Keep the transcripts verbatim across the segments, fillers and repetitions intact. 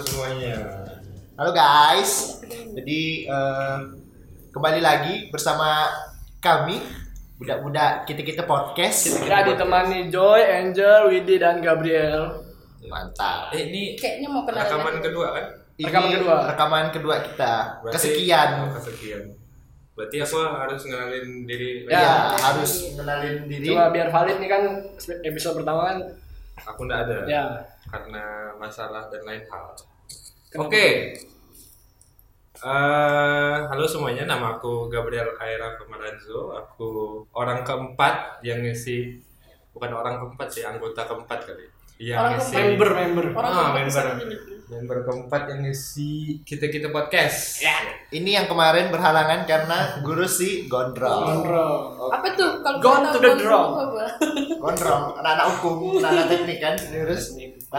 semuanya. Halo guys. Jadi uh, kembali lagi bersama kami budak-budak kita-kita podcast. Kita ditemani Joy, Angel, Widi dan Gabriel. Mantap. Eh ini Kayaknya mau kenal rekaman kedua kan? Ini Rekaman kedua. Rekaman kedua kita. Berarti- Kesekian. Oh, kesekian. Berarti aku harus ngenalin diri. Ya. Ya, harus mengenalin diri. Cuma biar valid nih kan episode pertama kan. Aku nggak ada. Ya. Karena masalah dan lain hal. Kenapa? Oke. Eh, halo semuanya, nama aku Gabriel Aira Kamaranzo. Aku orang keempat yang ngisi, bukan orang keempat sih, anggota keempat kali. Yang Orang ngisi Member, member. Orang Ah, keempat member. kesana gini. member keempat yang ngisi kita-kita podcast. Ya. Ini yang kemarin berhalangan karena guru si Gondrong. Gondrong. Apa tuh kalau Gone kita to the tahu drum. apa? Gondrong, anak-anak hukum, anak teknik kan, terus.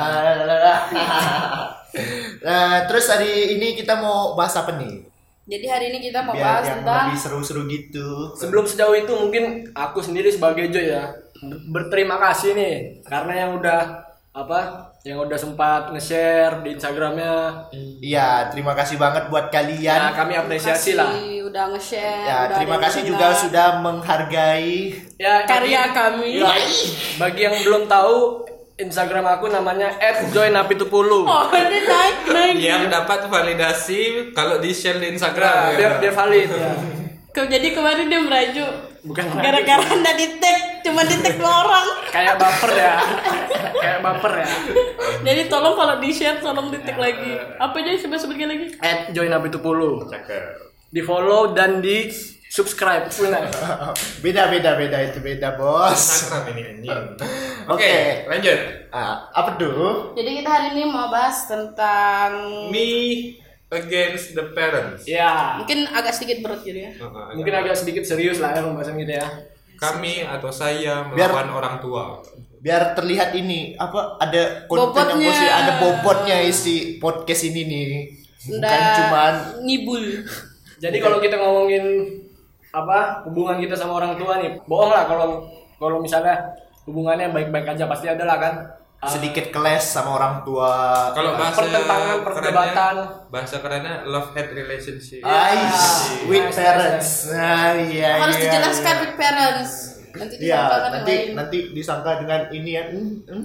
Nah, terus hari ini kita mau bahas apa nih? Jadi hari ini kita mau Biar bahas yang tentang lebih seru-seru gitu. Sebelum sejauh itu mungkin aku sendiri sebagai Joy ya berterima kasih nih karena yang udah apa yang udah sempat nge-share di Instagramnya. Iya, terima kasih banget buat kalian. Ya kami apresiasi lah. Kasih, udah nge-share. Ya, udah terima ada yang kasih dengar juga sudah menghargai. Ya karya bagi, kami. Yoi. bagi yang belum tahu Instagram aku namanya et joy napitupulu. Oh, ini naik naik. Yang dapat validasi kalau di share di Instagram. Nah, ya. biar biar valid ya. Ke- Jadi kemarin dia merajuk. Bukan Gara-gara anda di tag, cuma di tag dua orang. kayak baper ya. Kayak baper ya. Jadi tolong kalau di share tolong di tag lagi. Apa aja sebut-sebutnya lagi? et joy napitupulu. Cakep. Di follow dan di subscribe. Benar. Beda beda beda itu beda, Bos. Instagram ini anjing. Oke, Oke. lanjut. Ah, apa tuh? Jadi kita hari ini mau bahas tentang Me against the parents. Ya. mungkin agak sedikit berat gitu ya. Uh-uh, Mungkin agak sedikit serius lah ya pembahasan kita ya. kami atau saya Biar- melawan orang tua. Biar terlihat ini apa ada konten yang Bobotnya. positif, ada bobotnya isi podcast ini nih. Bukan Nggak cuman ngibul. Jadi kalau kita ngomongin apa hubungan kita sama orang tua nih, bohong lah kalau kalau misalnya hubungannya baik-baik aja pasti ada lah kan. Ah, sedikit keles sama orang tua. Kalau bahasa pertentangan, perdebatan. kerennya- bahasa kerennya love hate relationship. Ais, with Nice, parents. Nah, iya. Harus iya, dijelaskan iya. with parents. Nanti Iya, disangka kan nanti lain. nanti disangka dengan ini ya. Hmm, hmm.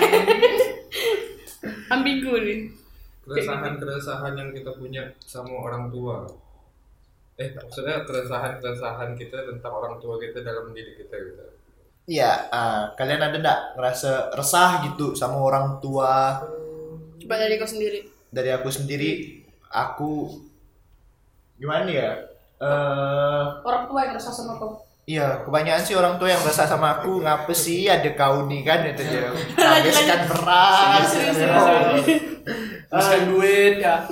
Ambigu nih. Keresahan-keresahan yang kita punya sama orang tua. Eh, maksudnya keresahan-keresahan kita tentang orang tua kita dalam diri kita gitu. Iya, ah, kalian ada enggak ngerasa resah gitu sama orang tua? Coba dari kau sendiri. Dari aku sendiri, aku gimana ya? Eh, Orang tua yang resah sama kau. iya, kebanyakan sih orang tua yang resah sama aku. Ngapa sih ada kau nih kan itu dia. Habiskan beras. Serius, serius, Oh. Habiskan duit ya.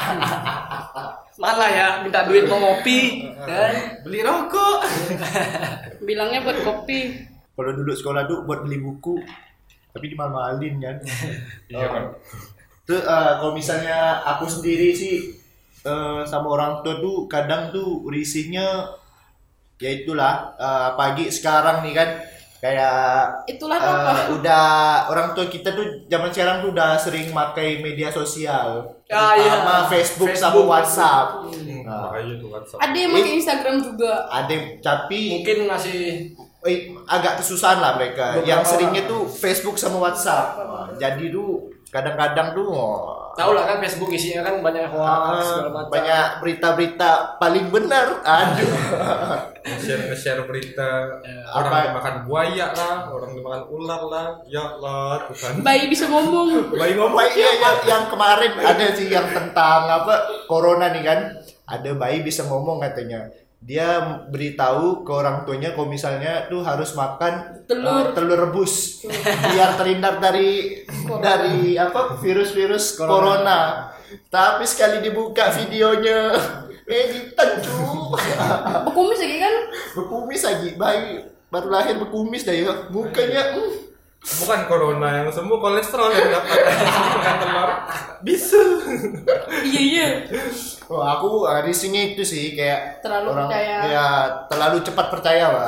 Malah ya minta duit mau ngopi kan. Beli rokok. Bilangnya buat kopi. Kalau dulu sekolah tuh buat beli buku, tapi dimal-malin kan. Iya kan. Tuh eh, kalau misalnya aku sendiri sih eh, sama orang tua tuh kadang tuh risihnya ya itulah eh, pagi sekarang nih kan kayak Itulah eh, apa? udah orang tua kita tuh zaman sekarang tuh udah sering pakai media sosial, Ah, iya. terutama Facebook, sama Facebook. WhatsApp. Hmm, Nah, makanya tuh WhatsApp. Ada yang pakai Instagram juga. ada tapi Mungkin masih eh, agak kesusahan lah mereka. Beberapa Yang seringnya orang. tuh Facebook sama WhatsApp. Nah, jadi tuh kadang-kadang tuh oh, tahu lah kan Facebook isinya kan banyak hoax segala ah, macam. banyak berita-berita paling benar. Aduh. Nge-share nge-share berita Ya, orang apa- dimakan buaya lah, orang dimakan ular lah. Ya Allah, Tuhan. Bayi bisa ngomong. Bayi ngomong. Bayi yang, yang, yang kemarin ada sih yang tentang apa corona nih kan. Ada bayi bisa ngomong katanya. Dia beritahu ke orang tuanya kalau misalnya tuh harus makan Telur. eh, telur rebus biar terhindar dari dari apa virus-virus corona. Corona. Tapi sekali dibuka videonya editan tuh Berkumis lagi kan? berkumis lagi, bayi baru lahir berkumis dah ya mukanya. hmm. Bukan corona yang sembuh, kolesterol yang dapat makan telur. Bisa. Iya iya. Oh, aku uh, risihnya itu sih kayak Terlalu orang percaya. ya terlalu cepat percaya lah.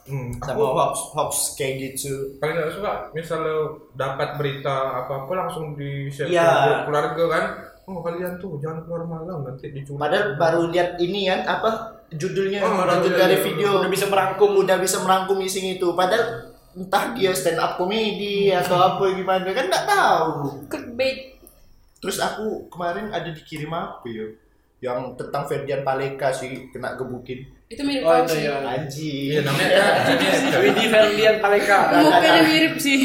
Hmm, sama aku hoax hoax kayak gitu. paling nggak suka misalnya dapat berita apa apa langsung di share Iya. ke grup keluarga kan. Oh kalian tuh jangan keluar malam nanti diculik. Padahal baru lihat ini kan apa judulnya, Oh, judul iya, dari iya, video udah bisa merangkum. udah bisa merangkum isi itu. Padahal entah dia stand up komedi atau apa gimana kan nggak tahu. Clickbait. Terus aku kemarin ada dikirim apa ya? Yang tentang Ferdian Paleka sih kena gebukin. Itu mirip Oh, kau itu sih. ya. Anjing. Iya namanya kan. Widi Ferdian Paleka. Mukanya mirip sih.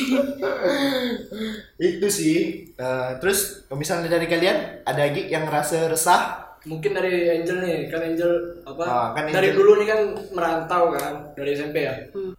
Itu sih. Eh, terus kalau misalnya dari kalian ada lagi yang ngerasa resah? Mungkin dari Angel nih, kan Angel apa? Ah, kan dari Angel- dulu nih kan merantau kan dari S M P ya.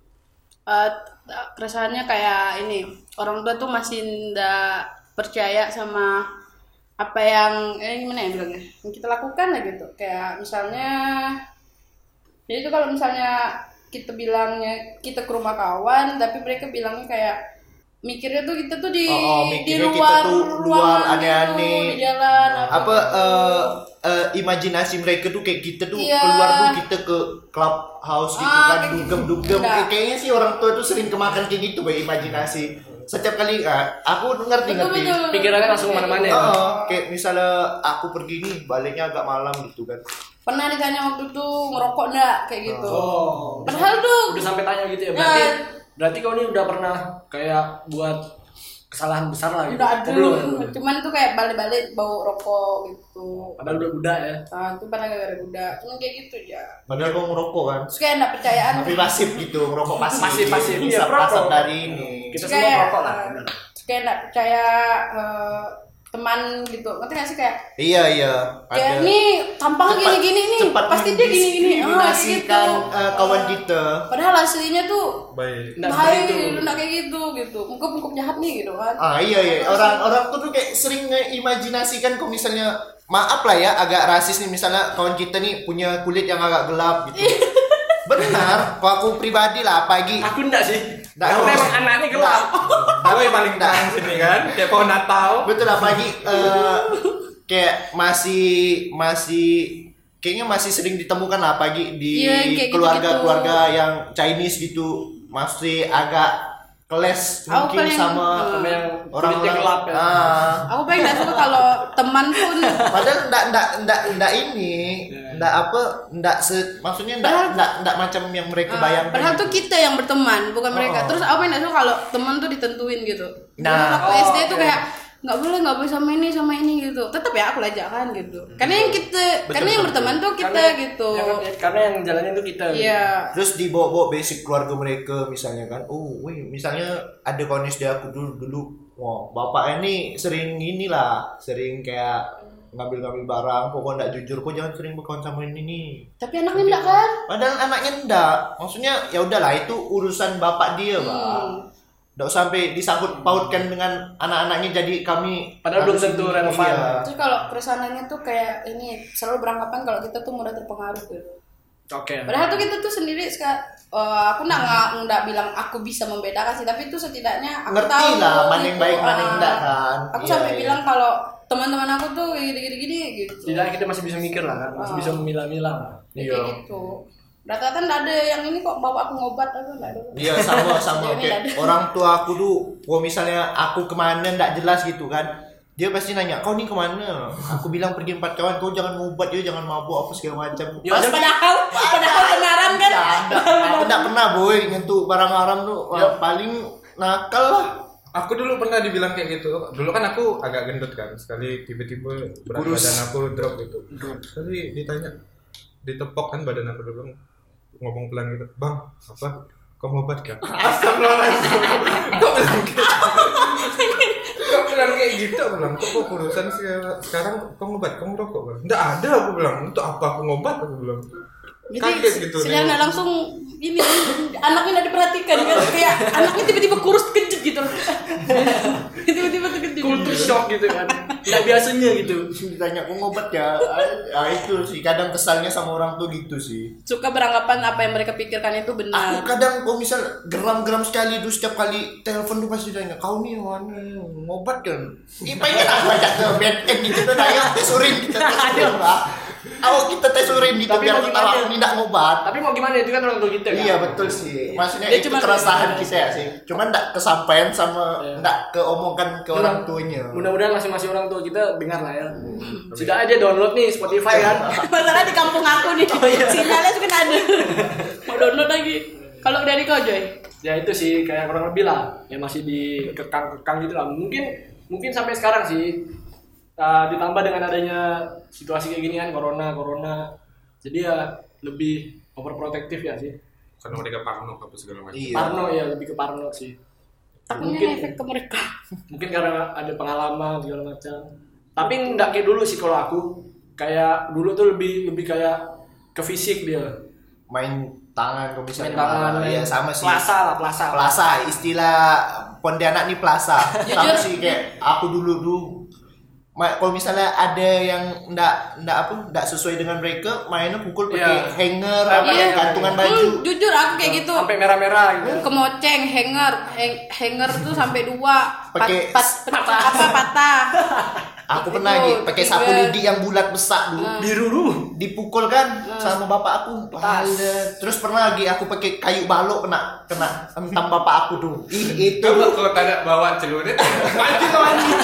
Eh, keresahannya kayak ini, orang tua tuh masih ndak percaya sama apa yang eh gimana ya bilangnya, yang kita lakukan lah gitu. Kayak misalnya, jadi itu kalau misalnya kita bilangnya kita ke rumah kawan, tapi mereka bilangnya kayak mikirnya tuh kita tuh di Oh, oh, di mikirnya kita luar tuh luar ruangan aneh-aneh. gitu, di jalan Apa eh, eh, imajinasi mereka tuh kayak kita tuh Iya. keluar tuh kita ke clubhouse gitu Ah, kan kayak gitu. dugem-dugem. Enggak. Kayak- kayaknya sih orang tua tuh sering kemakan kayak gitu kayak imajinasi. Setiap kali ah, aku ngerti ngerti. Betul-betul. Pikirannya langsung kemana-mana ya. Oh, kayak misalnya aku pergi nih baliknya agak malam gitu kan. Pernah ditanya waktu itu ngerokok enggak kayak gitu. Oh. Padahal tuh Udah sampai tanya gitu ya. Berarti Ya. berarti kau ini udah pernah kayak buat kesalahan besar lah gitu. udah ada Oh, belum. cuman tuh kayak balik-balik bau rokok gitu. Padahal udah budak ya. Nah, itu pernah gara-gara budak. Cuman kayak gitu ya. Padahal kau ngerokok kan. Terus kayak enggak percayaan. Tapi pasif gitu, ngerokok pasif. Pasif-pasif, Bisa iya, perokok. pasang dari ini. Kita Terus semua kayak, merokok lah. eh, terus kayak enggak percaya eh, teman gitu. Ngerti gak sih kayak Iya iya. kayak nih tampang Cepat- gini-gini nih. cepat Pasti dia gini-gini. Oh, kayak gitu. mendiskriminasikan, eh, kawan kita. Padahal aslinya tuh Baik. Nggak bahaya seperti itu. gitu, enggak kayak gitu gitu. Mungkin-mungkin jahat nih gitu kan. Ah iya iya. Orang-orang tuh tuh kayak sering ngeimajinasikan kalau misalnya maaf lah ya agak rasis nih misalnya kawan kita nih punya kulit yang agak gelap gitu. Benar, kalau aku pribadi lah pagi. Aku enggak sih. Nggak, Aku oh. memang anaknya gelap. Aku yang paling terang sini kan, kayak pohon Natal. Betul lah pagi eh, kayak masih masih kayaknya masih sering ditemukan lah pagi di Iya, kayak keluarga-keluarga yang Chinese gitu masih agak keles Aku mungkin paling- sama Sama yang orang kulitnya gelap ya. Ah, Aku paling gak suka kalau teman pun padahal ndak ndak ndak ndak ini Iya. ndak apa ndak se maksudnya ndak Padahal- ndak ndak macam yang mereka Ah, bayangkan. padahal tuh kita yang berteman, bukan mereka. Oh. Terus apa yang gak suka kalau teman tuh ditentuin gitu. Nah, Dulu waktu oh, S D tuh oke. kayak nggak boleh nggak boleh sama ini sama ini gitu. Tetap ya aku lajak kan gitu. Karena yang kita, Betul, karena yang betul, berteman tuh kita Karena- gitu. ya, karena yang jalanin tuh kita. Iya. Terus dibawa-bawa basic keluarga mereka misalnya kan. Oh, wih, misalnya ada kawan S D aku dulu dulu. Wah, bapak ini sering inilah, sering kayak ngambil-ngambil barang, pokoknya nggak jujur, kok jangan sering berkawan sama ini nih. Tapi anaknya enggak kan? Padahal anaknya enggak. Maksudnya ya udahlah itu urusan bapak dia, Hmm. Bang. Nggak sampai disangkut pautkan dengan anak-anaknya jadi kami Padahal belum harus tentu ini. relevan. Iya. Terus kalau keresahannya tuh kayak ini selalu beranggapan kalau kita tuh mudah terpengaruh gitu. Oke. Padahal tuh kita tuh sendiri suka, eh, aku nggak nggak nggak bilang aku bisa membedakan sih, tapi itu setidaknya aku Ngerti tahu lah mana yang gitu. baik, mana yang Ah, enggak kan. Aku Iya, sampai iya. bilang kalau teman-teman aku tuh gini-gini gini gitu. Setidaknya kita masih bisa mikir lah kan, masih Ah. bisa memilah-milah. Ya, Iya. kayak gitu. Rata-rata nggak ada yang ini kok bawa aku ngobat apa nggak ada. Iya sama sama Jadi kayak ada. orang tua aku tuh kalau misalnya aku kemana ndak jelas gitu kan dia pasti nanya kau nih kemana aku bilang pergi empat kawan kau jangan ngubat ya jangan mabuk apa segala macam Ya, Pas- Padahal, padahal benaran kan? Nggak ada. Aku ndak pernah boy nyentuh barang haram tuh Wah, paling nakal lah. Aku dulu pernah dibilang kayak gitu. Dulu kan aku agak gendut kan. Sekali tiba-tiba berat Kurus. badan aku drop gitu. Tapi ditanya, ditepok kan badan aku dulu ngomong pelan gitu. Bang, apa? Kau ngobat kan? Astagfirullahaladzim. Kau bilang gitu. Kau bilang kayak gitu. Aku bilang, kok kok urusan sek- sekarang kau ngobat? Kau ngerokok kan? Nggak ada aku bilang. Untuk apa aku ngobat? Aku bilang. Jadi Kaget gitu. secara nih. nggak langsung ini anaknya nggak diperhatikan kan kayak anaknya tiba-tiba kurus kejut gitu. Tiba-tiba terkejut. Kultur shock gitu kan. Nggak biasanya gitu. Ditanya kau ngobat ya ah itu sih kadang kesalnya sama orang tuh gitu sih. Suka beranggapan apa yang mereka pikirkan itu Aku benar. kadang kok misal geram-geram sekali tuh setiap kali telepon tuh pasti tanya kau nih mana ngobat kan? Ih pengen aku ajak ke bed end gitu tuh nanya surin kita tuh lah. Oh kita tes urin gitu Tapi biar mau tahu gimana? aku tidak ngobat. Tapi mau gimana itu kan orang tua kita kan. Iya betul sih. Maksudnya Dia itu cuma keresahan ngomong. kita ya sih. Cuman enggak kesampaian sama Iya. enggak keomongkan ke orang tuanya. Mudah-mudahan masing-masing orang tua kita dengar lah ya. Sudah aja download nih Spotify kan. Masalah di kampung aku nih. Sinyalnya suka ada. Mau download lagi. Kalau dari kau Joy? Ya itu sih kayak kurang lebih lah. Ya masih dikekang-kekang gitu lah. Mungkin mungkin sampai sekarang sih. Uh, ditambah dengan adanya situasi kayak gini kan corona corona jadi ya lebih overprotective ya sih. Karena mereka parno apa segala macam. Iya. Parno ya lebih ke parno sih. Takutnya Mungkin efek ke mereka. mungkin karena ada pengalaman segala macam. Tapi nggak kayak dulu sih kalau aku. Kayak dulu tuh lebih lebih kayak ke fisik dia. Main tangan kalau Main misalnya tangan, marah. Iya main sama sih. Plaza lah, plaza. Plaza istilah Pontianak nih plaza. Sama Jujur. sih kayak aku dulu dulu Ma- kalau misalnya ada yang ndak ndak apa ndak sesuai dengan mereka mainnya pukul pakai Iya. hanger Iya. apa gantungan baju. Hmm, jujur aku kayak gitu. Sampai merah-merah gitu. Kemoceng, hanger, hang- hanger tuh sampai dua. Pat, Pakai- pat, patah apa patah. Aku Itu, pernah gitu pakai sapu tiga. lidi yang bulat besar dulu. Biru dulu. Dipukul kan sama bapak aku. Pala. Terus pernah lagi aku pakai kayu balok kena kena entam bapak aku tuh. Ih itu Coba kalau tak ada bawa celurit, maju kau anjing.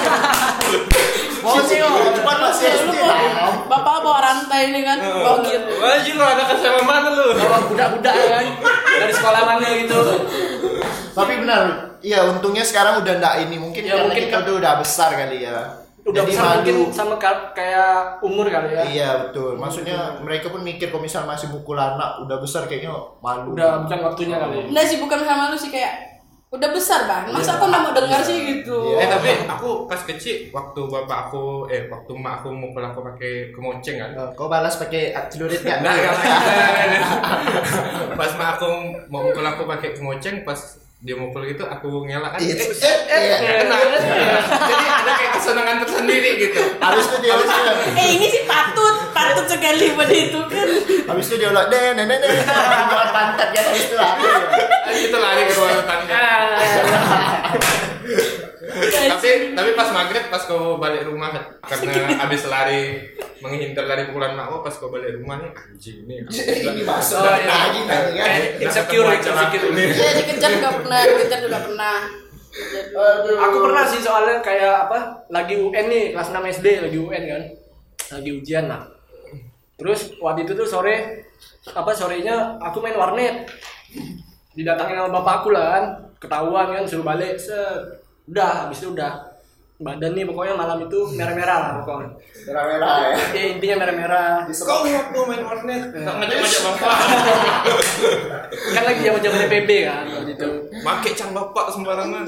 mau sih cuma masih S D lah. Bapak bawa rantai ini kan, bawa gear. Maju lo ada kesama mana lu? Bawa budak-budak kan dari sekolah mana gitu. Tapi benar, iya untungnya sekarang udah ndak ini mungkin Ya, karena mungkin kita kan- tuh udah besar kali ya. Udah Jadi besar malu. mungkin sama ka- kayak umur kali ya. Iya betul. Maksudnya mereka pun mikir kalau misal masih mukul anak udah besar kayaknya malu. Udah bukan waktunya kali. Enggak sih, bukan sama lu sih, kayak udah besar bang. Masa aku nggak mau dengar sih gitu. Eh tapi aku pas kecil waktu bapak aku eh waktu mak aku mukul aku pakai kemoceng kan. Eh, Kau balas pakai celurit nggak? Enggak, enggak, enggak. Pas mak aku mau mukul aku pakai kemoceng, pas dia mukul gitu aku ngelak kan. Iya, Eh, eh, eh, iya. kena. Jadi ada kayak kesenangan tersendiri gitu. Habis itu dia habis itu, Eh ini sih patut, patut sekali pada itu kan. habis itu dia ulang deh nenek nenek buat pantat ya habis itu lah. Itu lari ke ruang tetangga. tapi tapi pas maghrib pas kau balik rumah karena habis lari menghindar dari pukulan mak oh, pas kau balik rumah nih anjing nih Ini masuk Oh, iya. lagi tadi kan. Eh, insecure, insecure. Iya dikejar juga pernah, dikejar juga pernah. Aku pernah sih soalnya kayak apa? Lagi U N nih, kelas enam S D lagi U N kan. Lagi ujian lah. Terus waktu itu tuh sore apa sorenya aku main warnet. Didatangin sama bapak aku lah kan. Ketahuan kan suruh balik. Set. Udah, habis itu udah. Badan nih pokoknya malam itu merah-merah lah pokoknya. Merah-merah ya. Ya, intinya merah-merah. kau waktu main warnet tak ngajak-ngajak bapak Kan lagi zaman-zaman P B kan waktu itu. make can bapak sembarangan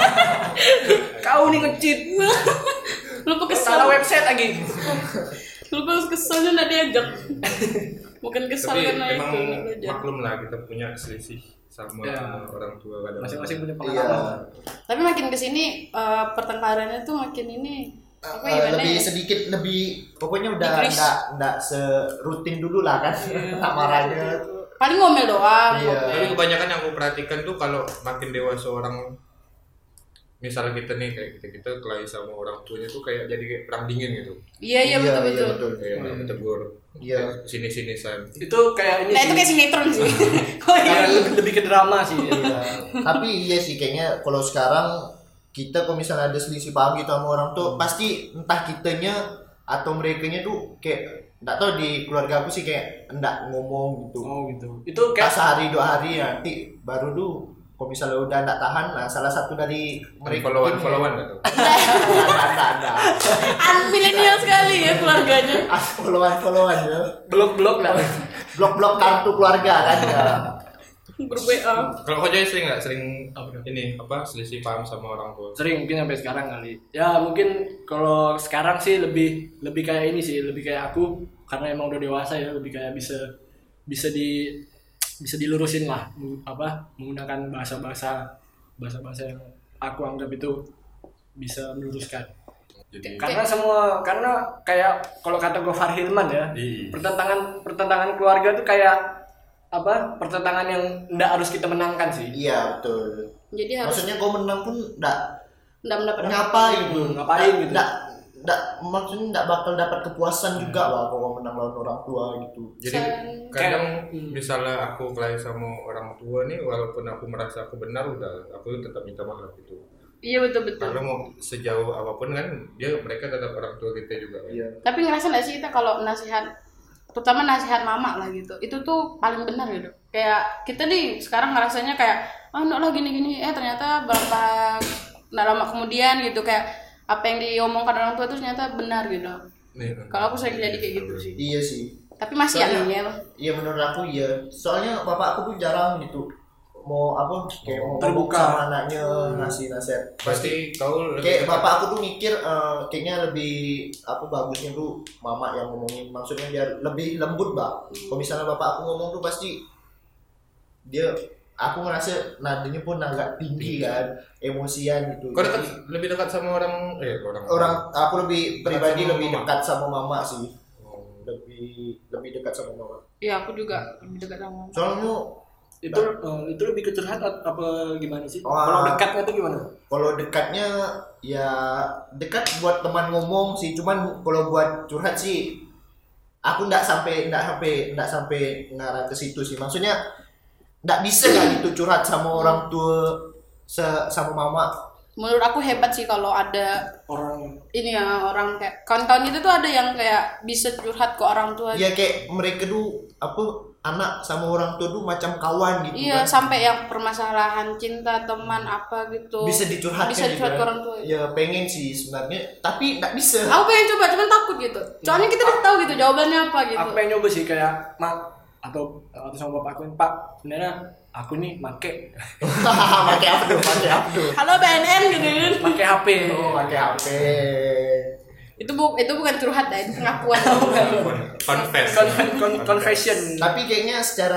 Kau nih nge-cheat. Lu kok kesel? Salah website lagi. Lu kok keselnya nggak diajak? Bukan kesel tapi karena itu emang nggak belajar. maklum lah kita punya selisih sama Ya. orang tua kadang Masing-masing punya Iya. pengalaman. Tapi makin kesini eh, pertengkarannya tuh makin ini apa Eh, gimana lebih ya? sedikit lebih pokoknya udah Decrease. enggak enggak serutin dulu lah kan. Tak marahnya. Paling ngomel doang. Iya. Jadi kebanyakan yang aku perhatikan tuh kalau makin dewasa orang misal kita nih kayak kita kita kelahi sama orang tuanya tuh kayak jadi kayak perang dingin gitu Iya iya betul betul. betul. kayak tegur Iya. sini sini san Itu kayak ini Nah itu sih. kayak sinetron sih. Oh iya. Kayak lebih, lebih ke drama sih. Iya. Tapi iya sih kayaknya kalau sekarang kita kalau misalnya ada selisih paham gitu sama orang tuh pasti entah kitanya atau merekanya tuh kayak enggak tahu di keluarga aku sih kayak enggak ngomong gitu. Oh gitu. Itu Pas kayak sehari dua hari nanti baru tuh kalau misalnya udah enggak tahan nah salah satu dari mereka followan followan gitu ada ada ada An milenial sekali ya keluarganya. ah followan followan ya blok-blok lah. blok-blok kartu keluarga kan ya. Ber-W A. kalau kau jadi sering nggak sering ini apa selisih paham sama orang tua Sering mungkin sampai sekarang kali. Ya mungkin kalau sekarang sih lebih lebih kayak ini sih, lebih kayak aku karena emang udah dewasa ya, lebih kayak bisa bisa di bisa dilurusin lah apa menggunakan bahasa-bahasa bahasa-bahasa yang aku anggap itu bisa meluruskan. jadi Karena semua karena kayak kalau kata Gofar Hilman ya, Iya. pertentangan pertentangan keluarga tuh kayak apa? Pertentangan yang enggak harus kita menangkan sih. Iya betul. Jadi harus Maksudnya kau menang pun enggak enggak mendapat ngapain gitu. Ngapain gitu. Enggak nggak maksudnya nggak bakal dapat kepuasan juga lah kalau menang lawan orang tua gitu. Jadi kadang misalnya aku kelahi sama orang tua nih, walaupun aku merasa aku benar, udah aku tetap minta maaf gitu. Iya betul betul. Karena mau sejauh apapun kan dia mereka tetap orang tua kita juga. Kan? Iya. Tapi ngerasa nggak sih kita kalau nasihat, terutama nasihat mama lah gitu, itu tuh paling benar gitu. Kayak kita nih sekarang ngerasanya kayak, ah oh, lah gini-gini, eh ternyata berapa nggak lama kemudian gitu kayak apa yang diomongkan orang tua itu ternyata benar gitu. Nih, kalau aku sering jadi kayak gitu sih. Iya sih. Tapi masih ada ya. Iya menurut aku iya. Soalnya bapak aku tuh jarang gitu mau apa kayak mau terbuka sama anaknya ngasih nasihat. Pasti kau kayak bapak aku tuh mikir uh, kayaknya lebih apa bagusnya tuh mama yang ngomongin, maksudnya biar lebih lembut bah. Kalau misalnya bapak aku ngomong tuh pasti dia aku ngerasa nadanya pun agak tinggi kan, emosian gitu. Kau dekat, lebih dekat sama orang eh orang orang aku lebih pribadi lebih mama. dekat sama mama sih. Oh. Lebih lebih dekat sama mama. Iya aku juga lebih dekat sama mama. Soalnya itu uh, itu lebih ke curhat apa gimana sih? Oh, kalau dekatnya itu gimana? Kalau dekatnya ya dekat buat teman ngomong sih, cuman kalau buat curhat sih aku nggak sampai nggak sampai nggak sampai ngarah ke situ sih. Maksudnya nggak bisa kan itu curhat sama orang tua se- sama mama. Menurut aku hebat sih kalau ada orang ini ya, orang kayak kawan-kawan itu tuh ada yang kayak bisa curhat ke orang tua. Iya kayak mereka tuh apa anak sama orang tua tuh macam kawan gitu. Iya, kan. sampai yang permasalahan cinta, teman apa gitu. Bisa dicurhatkan Bisa curhat gitu, ke orang tua. Ya pengen sih sebenarnya, tapi nggak bisa. Aku pengen coba, cuman takut gitu. Soalnya kita udah tahu gitu jawabannya apa gitu. aku pengen nyoba sih kayak mak atau atau sama bapak aku, Pak sebenarnya aku nih make Pakai apa tuh? Pakai apa tuh? Halo B N N gitu kan. pakai H P. Oh, pakai H P. Itu bu itu bukan curhat dah, itu pengakuan. confess. Con- con- confession. Tapi kayaknya secara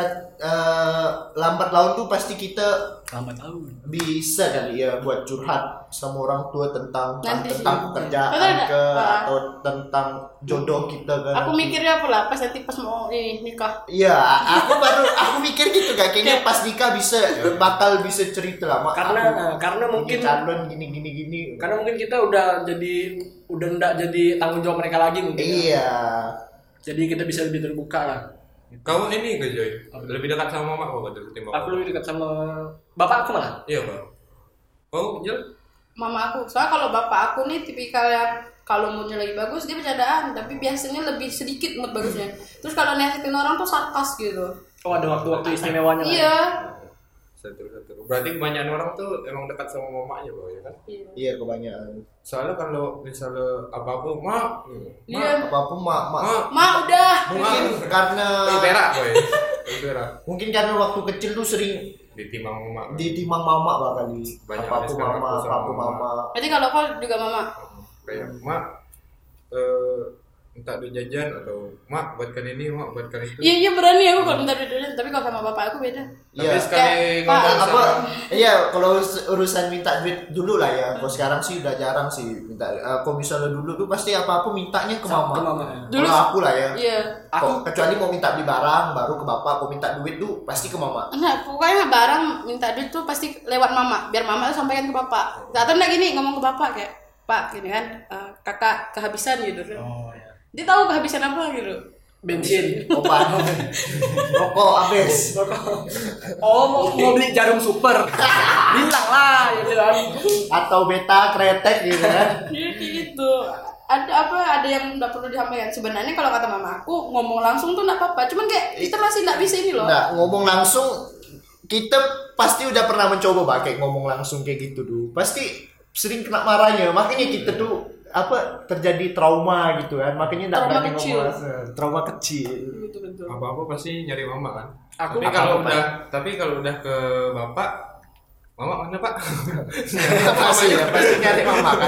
uh, lambat laun tuh pasti kita Lambat tahun. bisa kali ya buat curhat sama orang tua tentang Nanti tentang sih. pekerjaan Betul, ke uh, atau tentang jodoh kita kan. Aku mikirnya apa lah pas nanti pas mau ini nikah. Iya, aku baru aku mikir gitu kan, kayaknya pas nikah bisa bakal bisa cerita lah. Mak, Karena aku karena mungkin calon gini gini gini. karena mungkin kita udah jadi udah enggak jadi tanggung jawab mereka lagi mungkin. Iya. Jadi kita bisa lebih terbuka lah. Kau ini ke Joy? Lebih dekat sama mama apa ketimbang? Aku lebih dekat sama bapak aku malah. Iya, Pak. Kau Jel? Mama aku. Soalnya kalau bapak aku nih tipikal yang kalau moodnya lagi bagus dia bercandaan, tapi biasanya lebih sedikit mood bagusnya. Terus kalau nasihatin orang tuh sarkas gitu. Oh, ada waktu-waktu istimewanya. Iya. Satu satu. Berarti kebanyakan orang tuh emang dekat sama mamanya, Bang, ya kan? Iya. Iya kebanyakan. Soalnya kalau misalnya apa-apa, "Mak." Iya. Apapun mak mak. Mak. Ma udah. Mungkin karena Kau berak, boy. Kau berak. mungkin karena waktu kecil tuh sering Ditimbang mama. ditimang mama bah kali. Banyak Apa habis aku sekarang mama, aku apa sama aku mama. mama. Berarti kalau kau juga mama. Kayak, "Mak, eh minta duit jajan," atau "Mak, buatkan ini, Mak, buatkan itu." Iya iya berani aku kalau minta duit, tapi kalau sama bapak aku beda. Tapi Iya. sekali Kayak, ngomong Pak, Apa? sama Iya, kalau us- urusan minta duit dulu lah ya. Kalau sekarang sih udah jarang sih minta. Uh, kalau misalnya dulu tuh pasti apa-apa mintanya ke mama. Ke mama. Dulu- Kalau aku lah ya. Iya. Aku kecuali mau minta beli barang baru ke bapak. Kalau minta duit tuh pasti ke mama. Nah, pokoknya barang minta duit tuh pasti lewat mama, biar mama tuh sampaikan ke bapak. Atau enggak gini ngomong ke bapak kayak, "Pak, gini kan, eh, kakak kehabisan gitu." Oh ya. Dia tahu kehabisan apa gitu. Bensin. Obat. Rokok habis. Oh, mau, mau beli jarum super. Bilang lah gitu kan. Atau beta kretek gitu kan. Jadi gitu. Ada apa ada yang nggak perlu disampaikan. Sebenarnya kalau kata mama aku ngomong langsung tuh nggak apa-apa. Cuman kayak kita masih nggak bisa ini loh. Nah, ngomong langsung kita pasti udah pernah mencoba pakai ngomong langsung kayak gitu dulu. Pasti sering kena marahnya. Makanya kita tuh apa terjadi trauma gitu kan. Makanya enggak Trauma berani kecil. ngomong langsung. Trauma kecil. Betul betul. apa-apa pasti nyari mama kan. Aku tapi kalau apa-apa. udah tapi kalau udah ke bapak, "Mama mana, Pak?" pasti ya, pasti nyari mama kan.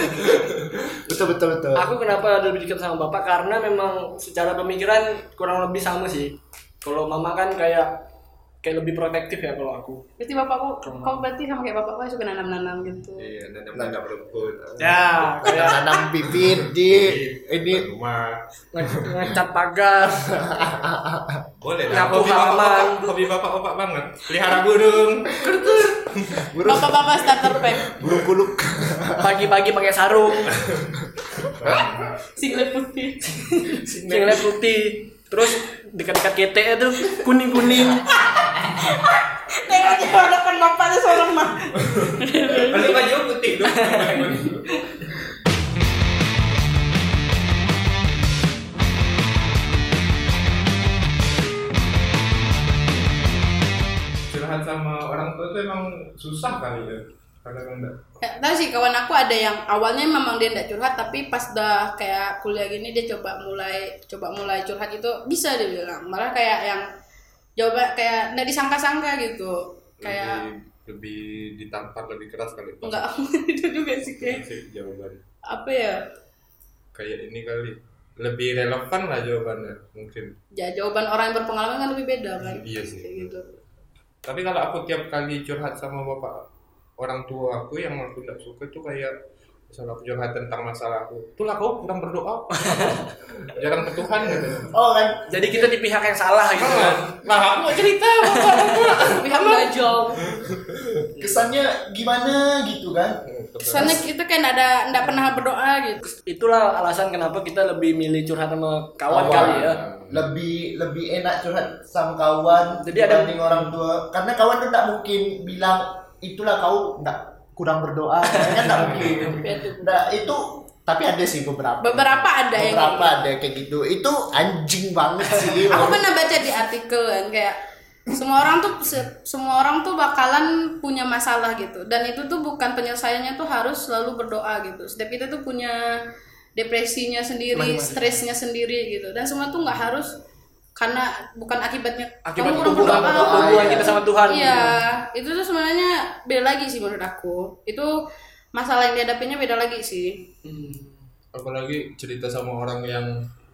Betul betul betul. Aku kenapa lebih dekat sama bapak karena memang secara pemikiran kurang lebih sama sih. Kalau mama kan kayak kayak lebih protektif ya kalau aku. Berarti bapakku, kau berarti sama kayak bapakku suka nanam-nanam gitu. Iya, nanam-nanam rumput. Ya, kayak Nanam bibit di ini rumah. nge- ngecat pagar. Boleh lah. Nyapu Hobi halaman. bapak, hobi bapak-bapak banget. Pelihara burung. burung Bapak-bapak starter pack. burung kuluk. Pagi-pagi pakai sarung. Singlet putih. Singlet putih. Terus dekat-dekat ketek tuh kuning-kuning. Tengok dia depan bapaknya seorang mah. Paling baju putih dong. Curhat sama orang tua itu emang susah kali ya. Kadang enggak. Ya, tahu sih kawan aku ada yang awalnya memang dia enggak curhat tapi pas udah kayak kuliah gini dia coba mulai coba mulai curhat itu bisa dia bilang. Malah kayak yang coba kayak enggak disangka-sangka gitu. Kayak lebih, lebih ditampar lebih keras kali. enggak itu juga sih kayak Masih jawaban. apa ya? Kayak ini kali. Lebih relevan lah jawabannya mungkin. Ya jawaban orang yang berpengalaman kan lebih beda kan. Iya sih. Kayak gitu. Tapi kalau aku tiap kali curhat sama bapak orang tua aku yang aku tidak suka itu kayak misalnya aku curhat tentang masalah aku, itulah kau kurang berdoa, jarang ke Tuhan gitu. Oh kan, Jadi kita di pihak yang salah gitu kan. Nah aku mau cerita bapak. Pihak bajol. kesannya gimana gitu kan? Kesannya kita kan ada enggak pernah berdoa gitu. Itulah alasan kenapa kita lebih milih curhat sama kawan, kali ya. Lebih lebih enak curhat sama kawan Jadi ada- dibanding orang tua. Karena kawan tuh tidak mungkin bilang itulah kau enggak kurang berdoa, kan enggak mungkin. Nah, itu tapi ada sih beberapa. Beberapa ada yang beberapa kayak ada kayak gitu. Itu anjing banget sih. Aku pernah baca di artikel kan kayak semua orang tuh se- semua orang tuh bakalan punya masalah gitu dan itu tuh bukan penyelesaiannya tuh harus selalu berdoa gitu. Setiap kita tuh punya depresinya sendiri, stresnya sendiri gitu dan semua tuh nggak harus karena bukan akibatnya Akibat kamu kurang hubungan, berdoa. hubungan iya. kita sama Tuhan. Iya, itu tuh sebenarnya beda lagi sih menurut aku. Itu masalah yang dihadapinya beda lagi sih. Hmm. Apalagi cerita sama orang yang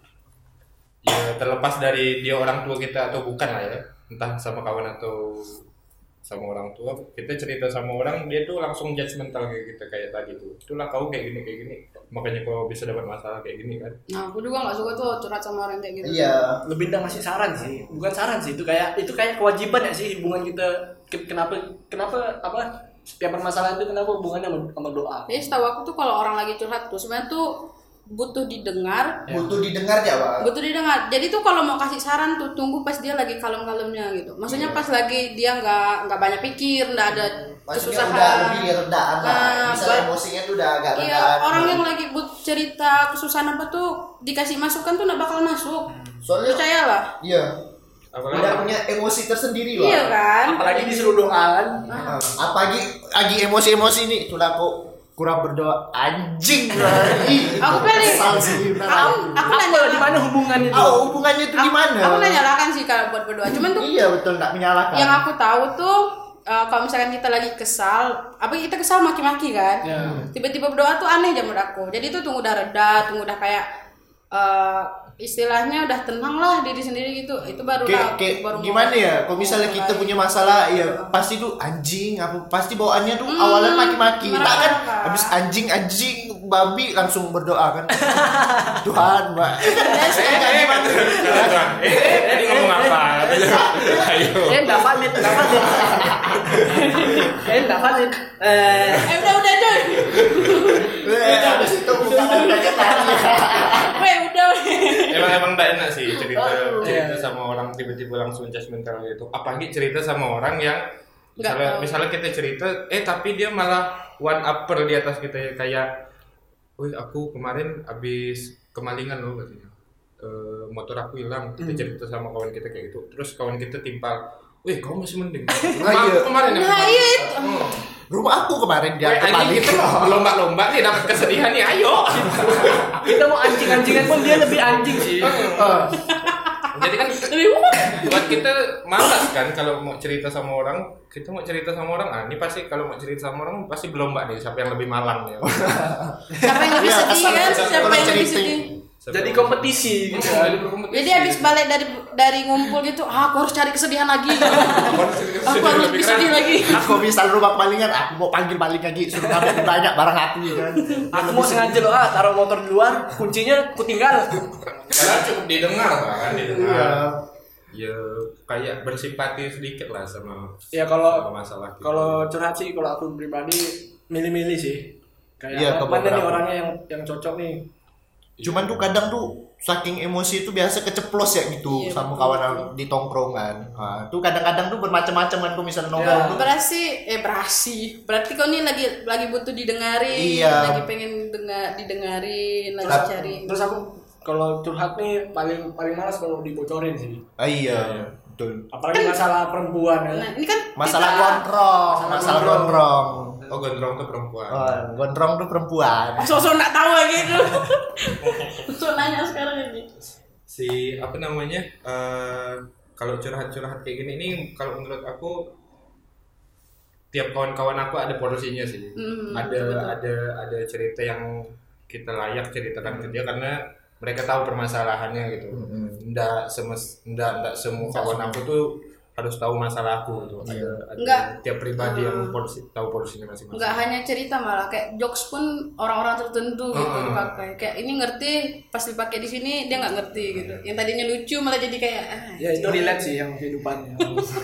ya terlepas dari dia orang tua kita atau bukan lah ya, entah sama kawan atau sama orang tua, kita cerita sama orang dia tuh langsung judgmental kayak kita kayak tadi tuh, itulah kau kayak gini kayak gini, makanya kau bisa dapat masalah kayak gini kan. Nah, aku juga nggak suka tuh curhat sama orang kayak gitu. Iya. Lebih nggak ngasih saran sih, bukan saran sih, itu kayak itu kayak kewajiban ya sih hubungan kita. Ke- kenapa kenapa apa setiap permasalahan itu kenapa hubungannya sama, sama doa? Jadi setahu aku tuh kalau orang lagi curhat tuh sebenarnya tuh butuh didengar, Butuh didengar ya, Pak. butuh didengar. Jadi tuh kalau mau kasih saran tuh tunggu pas dia lagi kalem-kalemnya gitu. Maksudnya pas lagi dia nggak nggak banyak pikir, nggak ada Maksudnya udah kesusahan. lebih redaan lah. Nah, Misalnya ba- emosinya tuh udah agak Iya, redaan. orang yang lagi but cerita kesusahan apa tuh dikasih masukan tuh nggak bakal masuk. Soalnya Percayalah. iya. Apalagi Udah punya emosi tersendiri loh. Iya kan? Apalagi disuruh doa kan. Nah, apalagi lagi emosi-emosi nih, itulah kok kurang berdoa anjing lagi. Aku paling Kesal sih. beneran. aku aku Apa nanya di mana hubungannya itu? Oh, hubungannya itu di mana? Aku nggak nyalakan sih kalau buat berdoa. Cuman tuh Iya betul, nggak menyalahkan. yang aku tahu tuh uh, kalau misalkan kita lagi kesal, apa kita kesal maki-maki kan? Ya. Tiba-tiba berdoa tuh aneh aja menurut aku. Jadi tuh tunggu udah reda, tunggu udah kayak uh, istilahnya udah tenang lah diri sendiri gitu. Itu baru lah Kayak, kayak baru mau- gimana ya? Kalau misalnya mau kita mulai. punya masalah, ya pasti tuh anjing, apa pasti bawaannya tuh awalnya maki-maki. Tak kan marah-marah. habis anjing anjing babi langsung berdoa kan. Tuhan, Mbak. eh ini ngomong apa? Ayo. Eh, nggak valid, nggak valid. Eh, nggak valid. Eh, Eh udah udah coy. Eh, habis itu bukan kayak tadi. Weh udah. Emang emang nggak enak sih cerita Aduh. cerita sama orang tiba-tiba langsung judgmental gitu. Apalagi cerita sama orang yang Nggak misalnya tahu. misalnya kita cerita, eh tapi dia malah one upper di atas kita ya kayak, wih aku kemarin habis kemalingan loh katanya. Eh, motor aku hilang, kita cerita sama kawan kita kayak gitu. Terus kawan kita timpal, wih kau masih mending. Rumah iya. aku kemarin yang Nah, kemarin. iya itu. Hmm. Rumah aku kemarin dia Weh, anjing kembali. kita lomba-lomba nih dapat kesedihan nih, ayo. kita mau anjing-anjingan pun dia lebih anjing sih. Eh, Jadi kan buat kita malas kan kalau mau cerita sama orang, kita mau cerita sama orang, ah ini pasti kalau mau cerita sama orang pasti berlomba nih siapa yang lebih malang ya. Siapa yang lebih Iya, sedih kesal- kan? kesal- Siapa kalau yang lebih cerita- sedih? Siapa Jadi yang- kompetisi gitu kan. Jadi berkompetisi. Jadi habis balik dari dari ngumpul gitu, ah, aku harus cari kesedihan lagi. Aku harus lebih sedih lagi. aku misal rumah palingan, aku mau panggil paling lagi suruh ngambil banyak barang aku gitu kan. Aku mau sengaja loh, ah taruh motor di luar, kuncinya ku tinggal. Karena cukup didengar kan, Iya. didengar. Ya kayak bersimpati sedikit lah sama Ya kalau sama masalah kita. kalau curhat sih kalau aku pribadi milih-milih sih. Kayak Iya, ke mana nih beberapa. orangnya yang yang cocok nih. Cuman tuh kadang tuh saking emosi itu biasa keceplos ya gitu Iya, sama betul, kawan betul. di tongkrongan. Nah, tuh kadang-kadang tuh bermacam-macam kan tuh misalnya Iya. nongkrong tuh. Berasi, eh berasi. Berarti kau nih lagi lagi butuh didengarin, Iya. lagi pengen dengar didengarin, lagi Terus- cari. Terus aku kalau curhat nih paling paling malas kalau dibocorin sih. Ah, iya, betul. Apalagi masalah perempuan ya. Nah, ini kan Masalah kita- gondrong, Masalah masalah gondrong. gondrong. Oh gondrong tuh perempuan. Oh, gondrong tuh perempuan. Oh, sosok nggak tahu lagi itu. Sosok nanya sekarang lagi. Si apa namanya? eh, kalau curhat-curhat kayak gini ini kalau menurut aku tiap kawan-kawan aku ada porsinya sih. Hmm, ada betul-betul. ada ada cerita yang kita layak ceritakan ke dia karena mereka tahu permasalahannya gitu. Mm-mm. Nggak semes nggak nggak semua kawan aku tuh harus tahu masalahku gitu. Ada, ada Enggak. tiap pribadi Hmm. yang porsi, tahu porsinya masing-masing. Nggak hanya cerita, malah kayak jokes pun orang-orang tertentu gitu Hmm. dipakai. Kayak ini ngerti pas dipakai di sini dia nggak ngerti gitu. Yang tadinya lucu malah jadi kayak ah, Ya itu relate sih yang kehidupannya.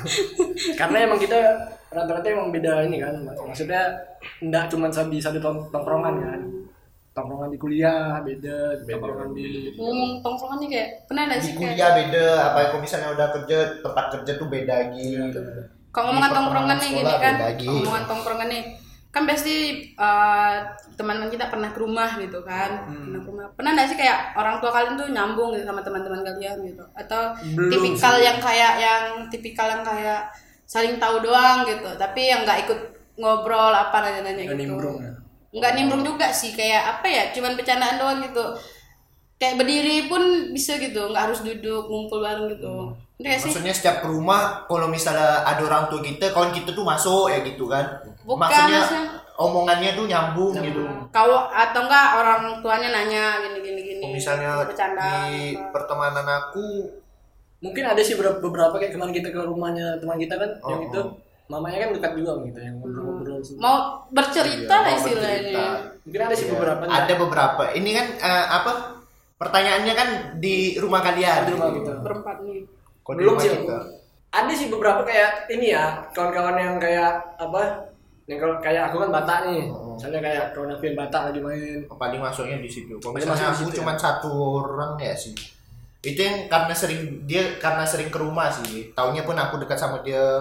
Karena emang kita rata-rata emang beda ini kan. Maksudnya enggak cuma di satu tong- tongkrongan kan. Tongkrongan di kuliah beda, tongkrongan di ngomong tongkrongan nih kayak pernah nggak Di sih kayak kuliah beda, apa kalau misalnya udah kerja, tempat kerja tuh beda lagi. kalau ngomongan Di tongkrongan nih gini sekolah kan, beda lagi. ngomongan tongkrongan nih kan pasti uh, teman-teman kita pernah ke rumah gitu kan, pernah ke rumah. Pernah nggak sih kayak orang tua kalian tuh nyambung gitu sama teman-teman kalian gitu, atau Belum tipikal sih. yang kayak yang tipikal yang kayak saling tahu doang gitu, tapi yang nggak ikut ngobrol apa nanya-nanya Nggak gitu. nimbrung ya? Nggak nimbrung juga sih, kayak apa ya, cuman bercandaan doang gitu. Kayak berdiri pun bisa gitu, nggak harus duduk ngumpul bareng gitu. Ngerti nggak sih? Maksudnya setiap ke rumah kalau misalnya ada orang tua kita, kawan kita tuh masuk ya gitu kan. Bukan, maksudnya maksudnya- omongannya tuh nyambung, gitu. Kau atau enggak orang tuanya nanya gini gini gini. Kalau misalnya bercanda. di apa. pertemanan aku mungkin ada sih beberapa, beberapa kayak kemarin kita ke rumahnya teman kita kan Oh, yang itu oh. mamanya kan dekat juga sama kita yang ngobrol-ngobrol sih. Mau bercerita Iya, lah mau istilahnya. bercerita. Mungkin ada sih Iya. beberapa. Ada beberapa. Ini kan eh, apa? Pertanyaannya kan di rumah kalian. Di rumah kita. Berempat nih. Kalau di Belum rumah sih kita. aku. Ada sih beberapa kayak ini ya, kawan-kawan yang kayak apa? Yang kalau kayak aku kan Batak nih. Oh. Misalnya kayak kawan aku yang Batak lagi main. Paling masuknya di situ. Kalau Paling misalnya masuk di aku situ cuma ya. satu orang ya sih. Itu yang karena sering dia karena sering ke rumah sih. Taunya pun aku dekat sama dia,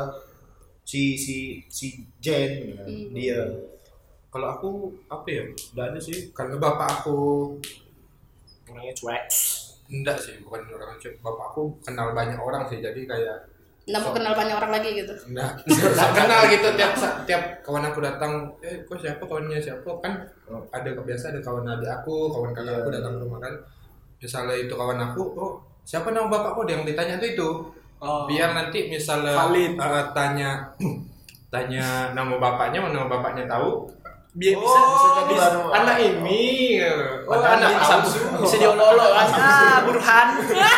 si si si Jen ya. Hmm. Dia. Kalau aku apa ya? Nggak ada sih. Karena bapak aku Orangnya cuek. enggak sih, bukan orang cuek. Bapak aku kenal banyak orang sih, jadi kayak Nggak mau kenal banyak orang lagi gitu. enggak enggak kenal gitu tiap tiap kawan aku datang, eh kok siapa kawannya siapa kan ada biasa ada kawan adik aku, kawan kakak Iya. aku datang ke rumah kan. Misalnya itu kawan aku, oh siapa nama bapakku, yang ditanya tuh itu. Oh. Biar nanti misalnya Valid. eh, tanya tanya nama bapaknya, nama bapaknya tahu. Biar Oh, bisa bisa jadi baru. anak ini, oh Padahal anak dia tahu. Samsung. bisa diolok-olok kan. Ah, Burhan.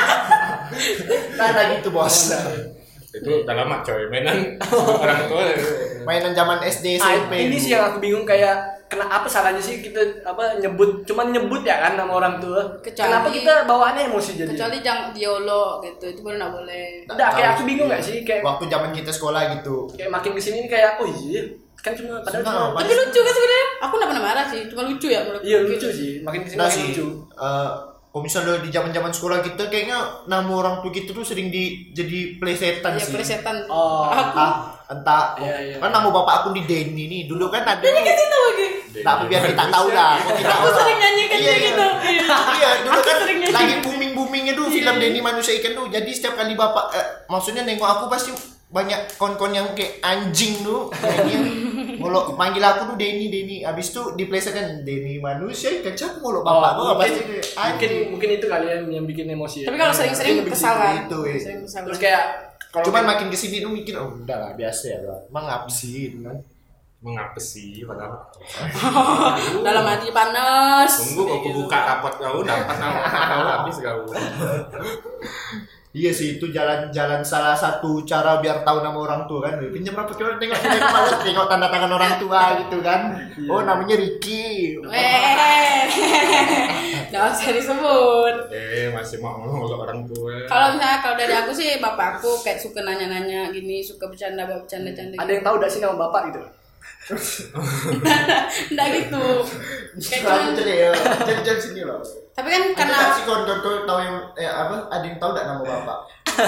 Nah, nah gitu bos. Itu udah lama coy, mainan orang tua. Mainan zaman S D S M P. Ah, ini sih yang aku bingung kayak kenapa salahnya sih kita apa nyebut cuman nyebut ya kan nama orang tua. Kecuali- Kenapa kita bawaannya emosi jadi? Kecuali jangan diolok gitu, itu baru nggak boleh. Enggak, kayak aku bingung gak sih kayak Waktu zaman kita sekolah gitu. kayak makin kesini ini kayak oh iya kan cuma padahal Nah, cuma Tapi lucu kan sebenarnya. Aku nggak pernah marah sih, cuma lucu ya menurut. iya lucu sih makin kesini Nah makin sih, lucu. eh, kalau misalnya di zaman-zaman sekolah kita kayaknya nama orang tua kita tuh sering di jadi plesetan Ya sih. plesetan. Oh. Aku. Entah, entah Iya, iya. kan nama bapak aku di Denny nih. Dulu kan ada. Kita tahu lagi. Tapi biar kita tahu lah. Kok kita Aku tahu lah. sering nyanyikan Iya, dia iya. gitu. Iya, dulu Aku kan sering nyanyi. lagi booming boomingnya tuh film Denny Manusia Ikan tuh. Jadi setiap kali bapak, eh, maksudnya nengok aku pasti banyak kon-kon yang kayak anjing tuh. Kayaknya kalau manggil aku tuh Denny Denny. Abis itu diplesetkan Denny Manusia Ikan. Cak mulu bapak gua mungkin, pasti mungkin anjing. mungkin itu kalian yang bikin emosi. Tapi kalau sering-sering Mungkin lebih kesal kan. itu, iya. Sering kesal. Terus kayak kalau Cuman makin kesini tuh mikir, oh udah lah biasa ya lah. Emang ngapa sih gitu kan? Mengapa sih padahal? dalam hati panas. Tunggu aku buka rapot kau dapat nama kau habis kau. Iya sih, itu jalan-jalan salah satu cara biar tahu nama orang tua kan. Pinjam rapot kita tengok tengok malas tengok tanda tangan orang tua gitu kan. Oh namanya Ricky. Eh, nggak usah disebut. Eh masih mau ngomong ke orang tua. Kalau misalnya kalau dari aku sih bapakku kayak suka nanya-nanya gini, suka bercanda bercanda-canda. ada yang tahu gak sih nama bapak gitu? Enggak gitu. Kayak Setelah cuman, itu deh ya, jam-jam sini loh. tapi kan Karena karena si kawan-kawan tahu yang eh, apa? Ada yang tahu enggak nama bapak?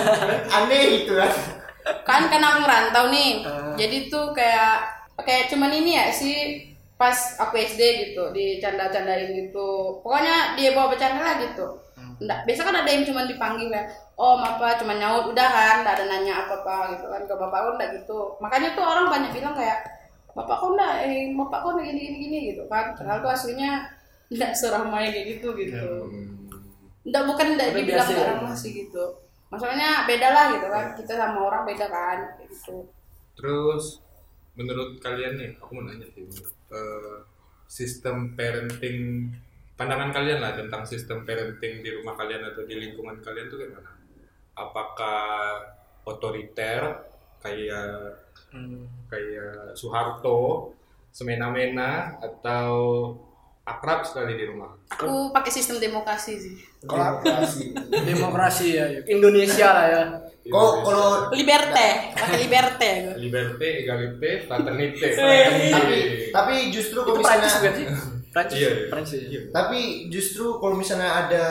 Aneh gitu kan. kan karena aku ngerantau nih. Ah. Jadi tuh kayak kayak cuman ini ya sih pas aku S D gitu dicanda-candain gitu. Pokoknya dia bawa bercanda lah gitu. Nggak, biasa kan ada yang cuman dipanggil ya. Om apa cuman nyaut udah kan, enggak ada nanya apa-apa gitu kan. Ke bapak aku enggak gitu. Makanya tuh orang banyak bilang kayak bapak kok enggak, eh bapak kok gini gini gini gitu kan. Padahal tuh aslinya enggak seramai kayak gitu gitu. Enggak, bukan enggak Tapi dibilang biasa enggak ya. ramah sih gitu. Maksudnya beda lah gitu kan. Kita sama orang beda kan kayak gitu. Terus menurut kalian nih, aku mau nanya sih, eh, sistem parenting, pandangan kalian lah tentang sistem parenting di rumah kalian atau di lingkungan kalian tuh gimana? Apakah otoriter kayak Hmm. kayak Soeharto, semena-mena, atau akrab sekali di rumah? Aku pakai sistem demokrasi sih. Demokrasi. Demokrasi ya, Indonesia lah ya. Kok kalau Liberte, pakai liberte gue. Liberté, égalité, fraternité. tapi tapi justru Itu kalau Prancis misalnya bukan sih? Prancis. Iya, Prancis. iya. tapi justru kalau misalnya ada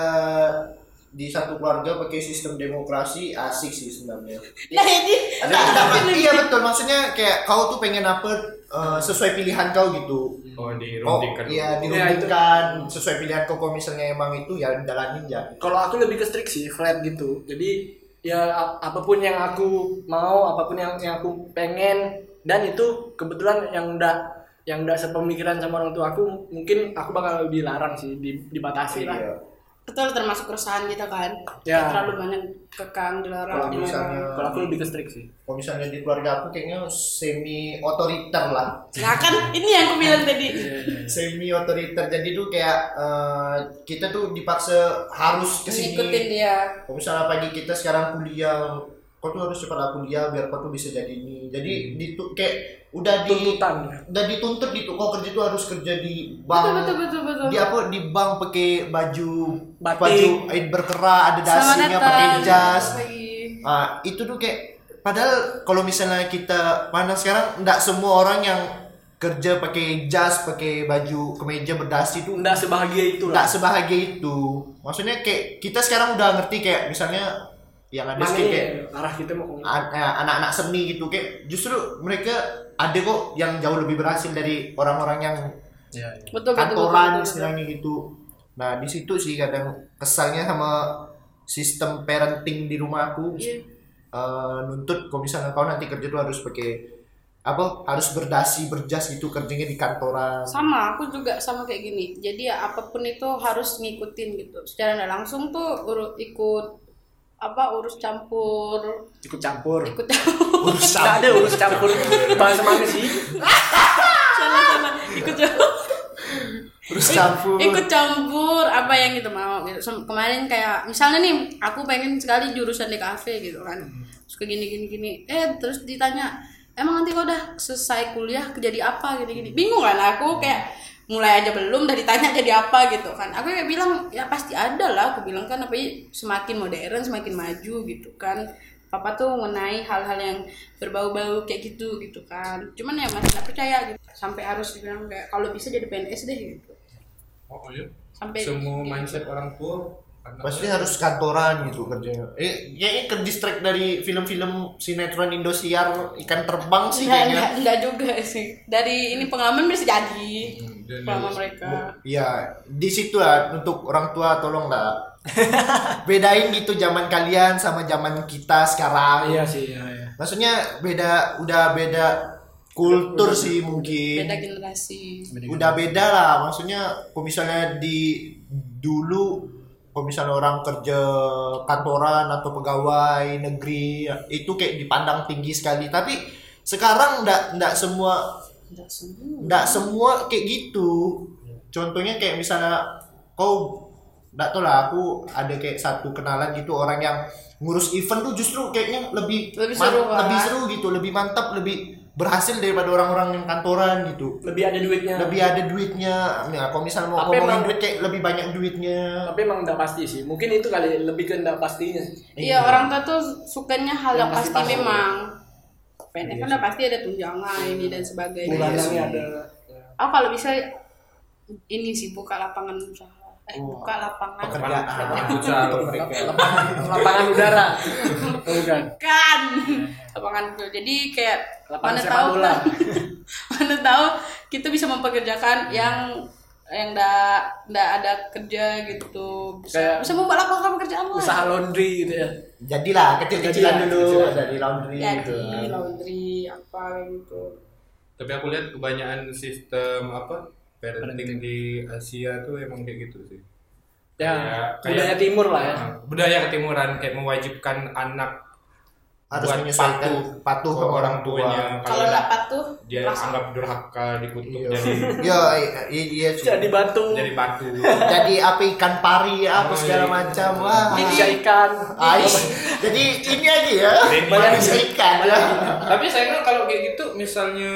di satu keluarga pakai sistem demokrasi asik sih sebenarnya. Nah jadi, Enggak, enggak, iya betul, maksudnya kayak kau tuh pengen apa eh, sesuai pilihan kau gitu. Oh, Oh dirundingkan. iya itu. dirundingkan sesuai pilihan kau kalau misalnya emang itu ya jalanin ya. Kalau aku lebih ke strict sih, flat gitu. Jadi ya a- apapun yang aku mau, apapun yang, yang aku pengen, dan itu kebetulan yang udah yang udah sepemikiran sama orang tua aku, mungkin aku bakal lebih larang sih, di- dibatasi lah. Iya. betul termasuk keresahan kita kan. Ya. Kayak terlalu banyak kekang dilarang Kalau dilarang. misalnya Kalau aku lebih ke strict sih. kalau misalnya di keluarga aku kayaknya semi otoriter lah. Nah kan ini yang aku bilang tadi. Semi otoriter jadi tuh kayak eh, kita tuh dipaksa harus kesini. Ngikutin dia. Kalau misalnya pagi kita sekarang kuliah, kau tuh harus cepat kuliah biar kau tuh bisa jadi ini. Jadi ditu kayak udah di Tuntutan. udah dituntut gitu. Kau kerja tuh harus kerja di bank. Betul betul betul betul. Di apa di bank pakai baju Batik. baju air berkerah, ada Selamat dasinya, datang. pakai jas. Pagi. Ah, itu tuh kayak padahal kalau misalnya kita pandang sekarang enggak semua orang yang kerja pakai jas, pakai baju kemeja berdasi tuh Nggak sebahagia itu enggak lah. sebahagia itu. Maksudnya kayak kita sekarang udah ngerti kayak misalnya yang ada Mana kayak, kayak arah kita mau kemana? an- eh, anak-anak seni gitu kayak justru mereka ada kok yang jauh lebih berhasil dari orang-orang yang Ya, ya. Betul betul betul. kantoran betul, betul. istilahnya gitu. Nah di situ sih kadang kesalnya sama sistem parenting di rumah aku. Iya. Eh, nuntut kalau misalnya kau nanti kerja tuh harus pakai apa harus berdasi berjas gitu kerjanya di kantoran. Sama, aku juga sama kayak gini. Jadi ya apapun itu harus ngikutin gitu. Secara nggak langsung tuh urut ikut apa urus campur, Ikut campur. ikut campur. Urus Nggak ada urus campur bahasa mana sih? salah salah ikut campur. Terus campur. Ikut campur apa yang kita mau gitu. Sem- Kemarin kayak misalnya nih, aku pengen sekali jurusan di kafe gitu kan. Terus ke gini gini gini. Eh terus ditanya, "Emang nanti kau udah selesai kuliah jadi apa?" gini gini. Bingung kan aku kayak mulai aja belum udah ditanya jadi apa gitu kan. Aku kayak bilang, "Ya pasti ada lah." Aku bilang kan apa ya, semakin modern, semakin maju gitu kan. Papa tuh mengenai hal-hal yang berbau-bau kayak gitu gitu kan. Cuman ya masih nggak percaya gitu. Sampai harus bilang kayak kalau bisa jadi P N S deh gitu. Oh iya. Sampai Semua mindset orang tua anaknya- Pasti harus kantoran gitu kerjanya. Eh, kayaknya ke distract dari film-film sinetron Indosiar ikan terbang sih Enggak, kayaknya. enggak, enggak juga sih. Dari ini pengalaman bisa jadi Hmm, dan pengalaman dari- mereka. Iya, di situ lah untuk orang tua tolong lah. Bedain gitu zaman kalian sama zaman kita sekarang. Iya sih, iya, iya. Maksudnya beda, udah beda kultur sih mungkin. Beda generasi. Udah beda lah. Maksudnya kalau misalnya di dulu, kalau misalnya orang kerja kantoran atau pegawai negeri itu kayak dipandang tinggi sekali. Tapi sekarang ndak ndak semua Enggak semua. nggak semua kayak gitu. Contohnya kayak misalnya kau nggak tahu lah, aku ada kayak satu kenalan gitu orang yang ngurus event tuh justru kayaknya lebih Lebih seru, kan? lebih seru gitu, lebih mantap, lebih berhasil daripada orang-orang yang kantoran gitu. Lebih ada duitnya. Lebih ada duitnya. Nah, kalau misalnya mau Tapi ngomongin emang- duit kayak lebih banyak duitnya. Tapi emang nggak pasti sih. Mungkin itu kali lebih ke nggak pastinya. Iya, orang tua tuh sukanya hal yang Yang pasti pasti-pasti. memang. P N S kan udah pasti ada tunjangan ini dan sebagainya. Bulanannya ada. Oh kalau bisa ini sih buka lapangan usaha. Eh, buka lapangan Pekerjaan. Usaha lapangan, lapangan udara. Bukan. kan lapangan itu. Jadi kayak Lapangan mana sepak tahu bola. mana tahu kita bisa mempekerjakan yang yang ndak ndak ada kerja gitu, bisa Kayak bisa membuat lapangan pekerjaan lah. Usaha laundry gitu ya. Jadilah kecil-kecilan Jadi, dulu kecil-kecilan. dari laundry gitu. Jadi laundry apa gitu. Tapi aku lihat kebanyakan sistem apa parenting di Asia tuh emang kayak gitu sih. Ya, Kayak- budaya kayak- timur lah ya. Nah, budaya ketimuran kayak mewajibkan anak Harus buat menyesuaikan patuh patuh ke ke orang tua. tuanya. Kalau ndak patuh dia langsung. anggap durhaka, dikutuk Iya. jadi Iya, iya, iya sih. Jadi batu. jadi batu. Jadi apa ikan pari apa Oh, segala iya. macam. Wah. Manusia ikan. Ais. Jadi ini aja ya. Banyak Manusia ikan ya. Tapi saya kalau kayak gitu misalnya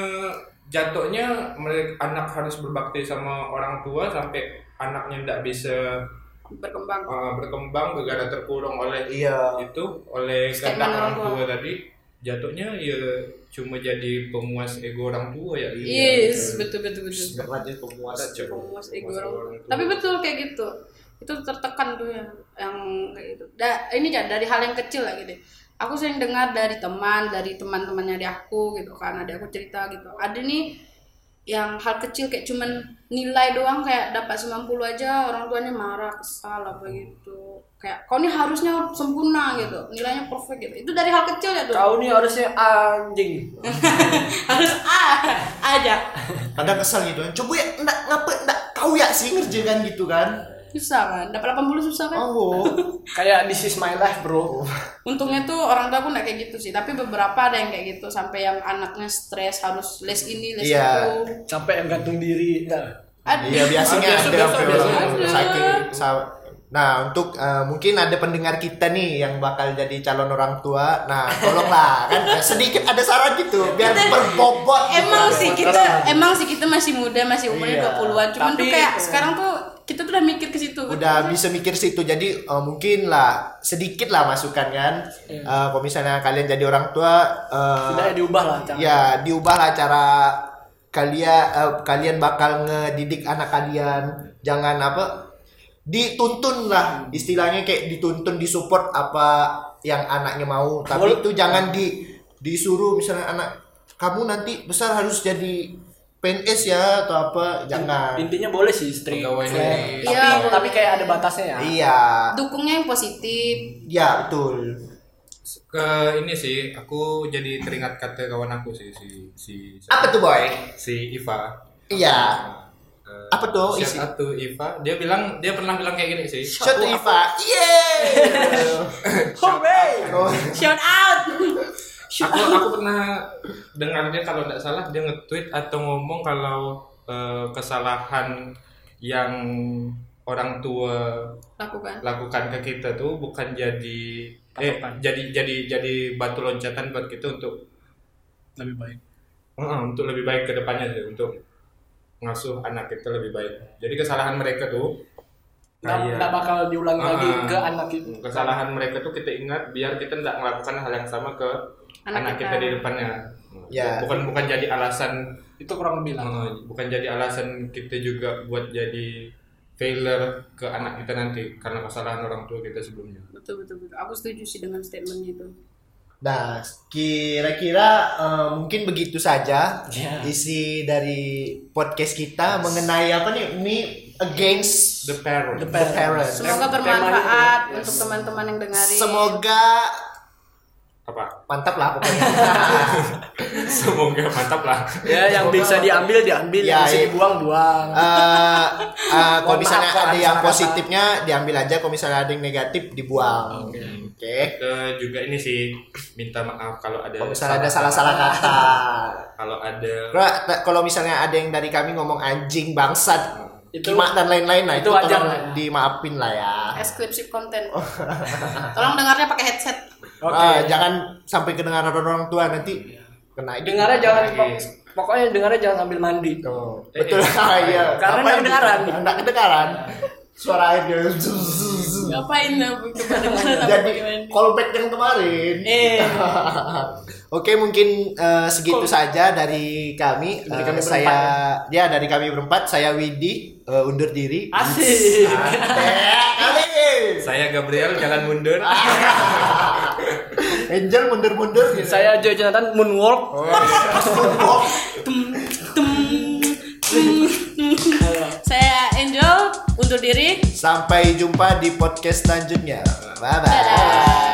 jatuhnya mereka anak harus berbakti sama orang tua sampai anaknya tidak bisa berkembang. uh, berkembang gara-gara terkurung oleh Iya. itu oleh Statement kehendak orang orang tua. tua tadi, jatuhnya ya cuma jadi penguas ego orang tua ya. Yes, betul betul betul. Berat ya pemuas. Pemuas ego Pemuas orang. orang tua. Tapi betul kayak gitu. Itu tertekan tuh ya yang kayak gitu. Da, ini kan dari hal yang kecil lah gitu. Aku sering dengar dari teman, dari teman-temannya di aku gitu kan, ada aku cerita gitu. Ada nih yang hal kecil kayak cuman nilai doang kayak dapat sembilan puluh aja orang tuanya marah, kesal apa gitu. Kayak kau ini harusnya sempurna gitu, nilainya perfect gitu. Itu dari hal kecil ya tuh. Kau nih harusnya anjing. Harus A aja. Kadang kesel gitu kan. Coba ya enggak ngapa enggak kau ya sih ngerjakan gitu kan. Susah kan, dapat delapan puluh susah kan. Oh. Kayak this is my life, bro. Untungnya tuh orang tua aku nggak kayak gitu sih, tapi beberapa ada yang kayak gitu sampai yang anaknya stres harus les ini les Iya. itu. Sampai yang gantung diri. Nah, Ada. Iya biasanya Biasa, ada biasa, sampai biasa. orang Ada. saking sa- Nah untuk eh, mungkin ada pendengar kita nih yang bakal jadi calon orang tua. Nah tolonglah kan ya, sedikit ada saran gitu biar berbobot. gitu. Emang sih kita emang sih kita masih muda, masih umurnya Iya. dua puluhan. Cuman tuh Tapi- kayak sekarang tuh kita tuh udah mikir ke situ. Udah bisa mikir situ jadi eh, mungkin lah sedikit lah masukan kan. Iya. Eh, kalau misalnya kalian jadi orang tua eh, tidak diubah lah cara. ya diubahlah cara kalian eh, kalian bakal ngedidik anak kalian. Jangan apa dituntun lah istilahnya kayak dituntun disupport apa yang anaknya mau tapi Boleh. itu jangan di disuruh misalnya anak kamu nanti besar harus jadi P N S ya atau apa jangan Intinya boleh sih istri. Pegawai Tapi, negeri. Iya, boleh. tapi kayak ada batasnya ya. iya Dukungnya yang positif. ya betul Ke ini sih aku jadi teringat kata kawan aku sih si si apa tuh boy si Iva. iya Eh, Apa tuh shout isi? out to Iva, dia bilang dia pernah bilang kayak gini sih. shot to Iva yeay Hooray! Oh, Shout out. aku aku pernah dengar dia kalau tidak salah dia nge-tweet atau ngomong kalau eh, kesalahan yang orang tua Lakukan. lakukan ke kita tuh bukan jadi eh Patokan. jadi jadi jadi batu loncatan buat kita untuk Lebih baik. eh, untuk lebih baik ke depannya sih, untuk ngasuh anak kita lebih baik. Jadi kesalahan mereka tuh Nggak kayak- nggak bakal diulangi lagi Ah, ke anak itu. kesalahan mereka tuh kita ingat biar kita tidak melakukan hal yang sama ke Anak anak, kita. kita. di depannya. Ya. Bukan bukan jadi alasan Itu kurang lebih lah. eh, bukan jadi alasan kita juga buat jadi failure ke anak kita nanti karena kesalahan orang tua kita sebelumnya. Betul betul betul. Aku setuju sih dengan statementnya itu. Nah, kira-kira eh, mungkin begitu saja Ya. isi dari podcast kita mengenai apa nih? Ini against The parent. The the parents. Semoga Tem- bermanfaat temanya itu, untuk teman-teman yang dengarin. Semoga Apa? mantap lah pokoknya. Semoga mantap lah. Ya, yang Semoga- bisa diambil diambil, Ya, yang bisa iya. dibuang buang. Eh, eh, kalau Mohon misalnya maaf, ada yang kata-kata. positifnya diambil aja, kalau misalnya ada yang negatif dibuang. Oke. Kita juga ini sih minta maaf kalau ada Kalau misalnya ada salah-salah kata. kalau ada Kalau kalau misalnya ada yang dari kami ngomong anjing, bangsat, Itu- kimak dan lain-lain, nah itu itu, wajar tolong lah ya. dimaafin lah ya. Exclusive content. Tolong dengarnya pakai headset. Oke. Ah, jangan sampai kedengaran orang tua nanti kena ini. Dengarnya jangan lagi. pokoknya dengarnya jangan sambil mandi. Tuh, Eh, betul. eh, Ah, iya. karena Apa nggak yang kedengaran. di- nggak kedengaran. Suara air dia. Ya, Ngapain aku kemarin-kemarin apa Jadi gimana? callback yang kemarin. Eh, Oke, mungkin eh, segitu saja dari kami. Dari Eh, kami saya ya dari kami berempat. Saya Widi eh, undur diri. Asik. Eh, kali. Saya Gabriel jalan mundur. Angel mundur-mundur. gitu. Saya Joy Jonathan moonwalk. Oh, saya Angel undur diri. sampai jumpa di podcast selanjutnya. Bye bye. Dadah.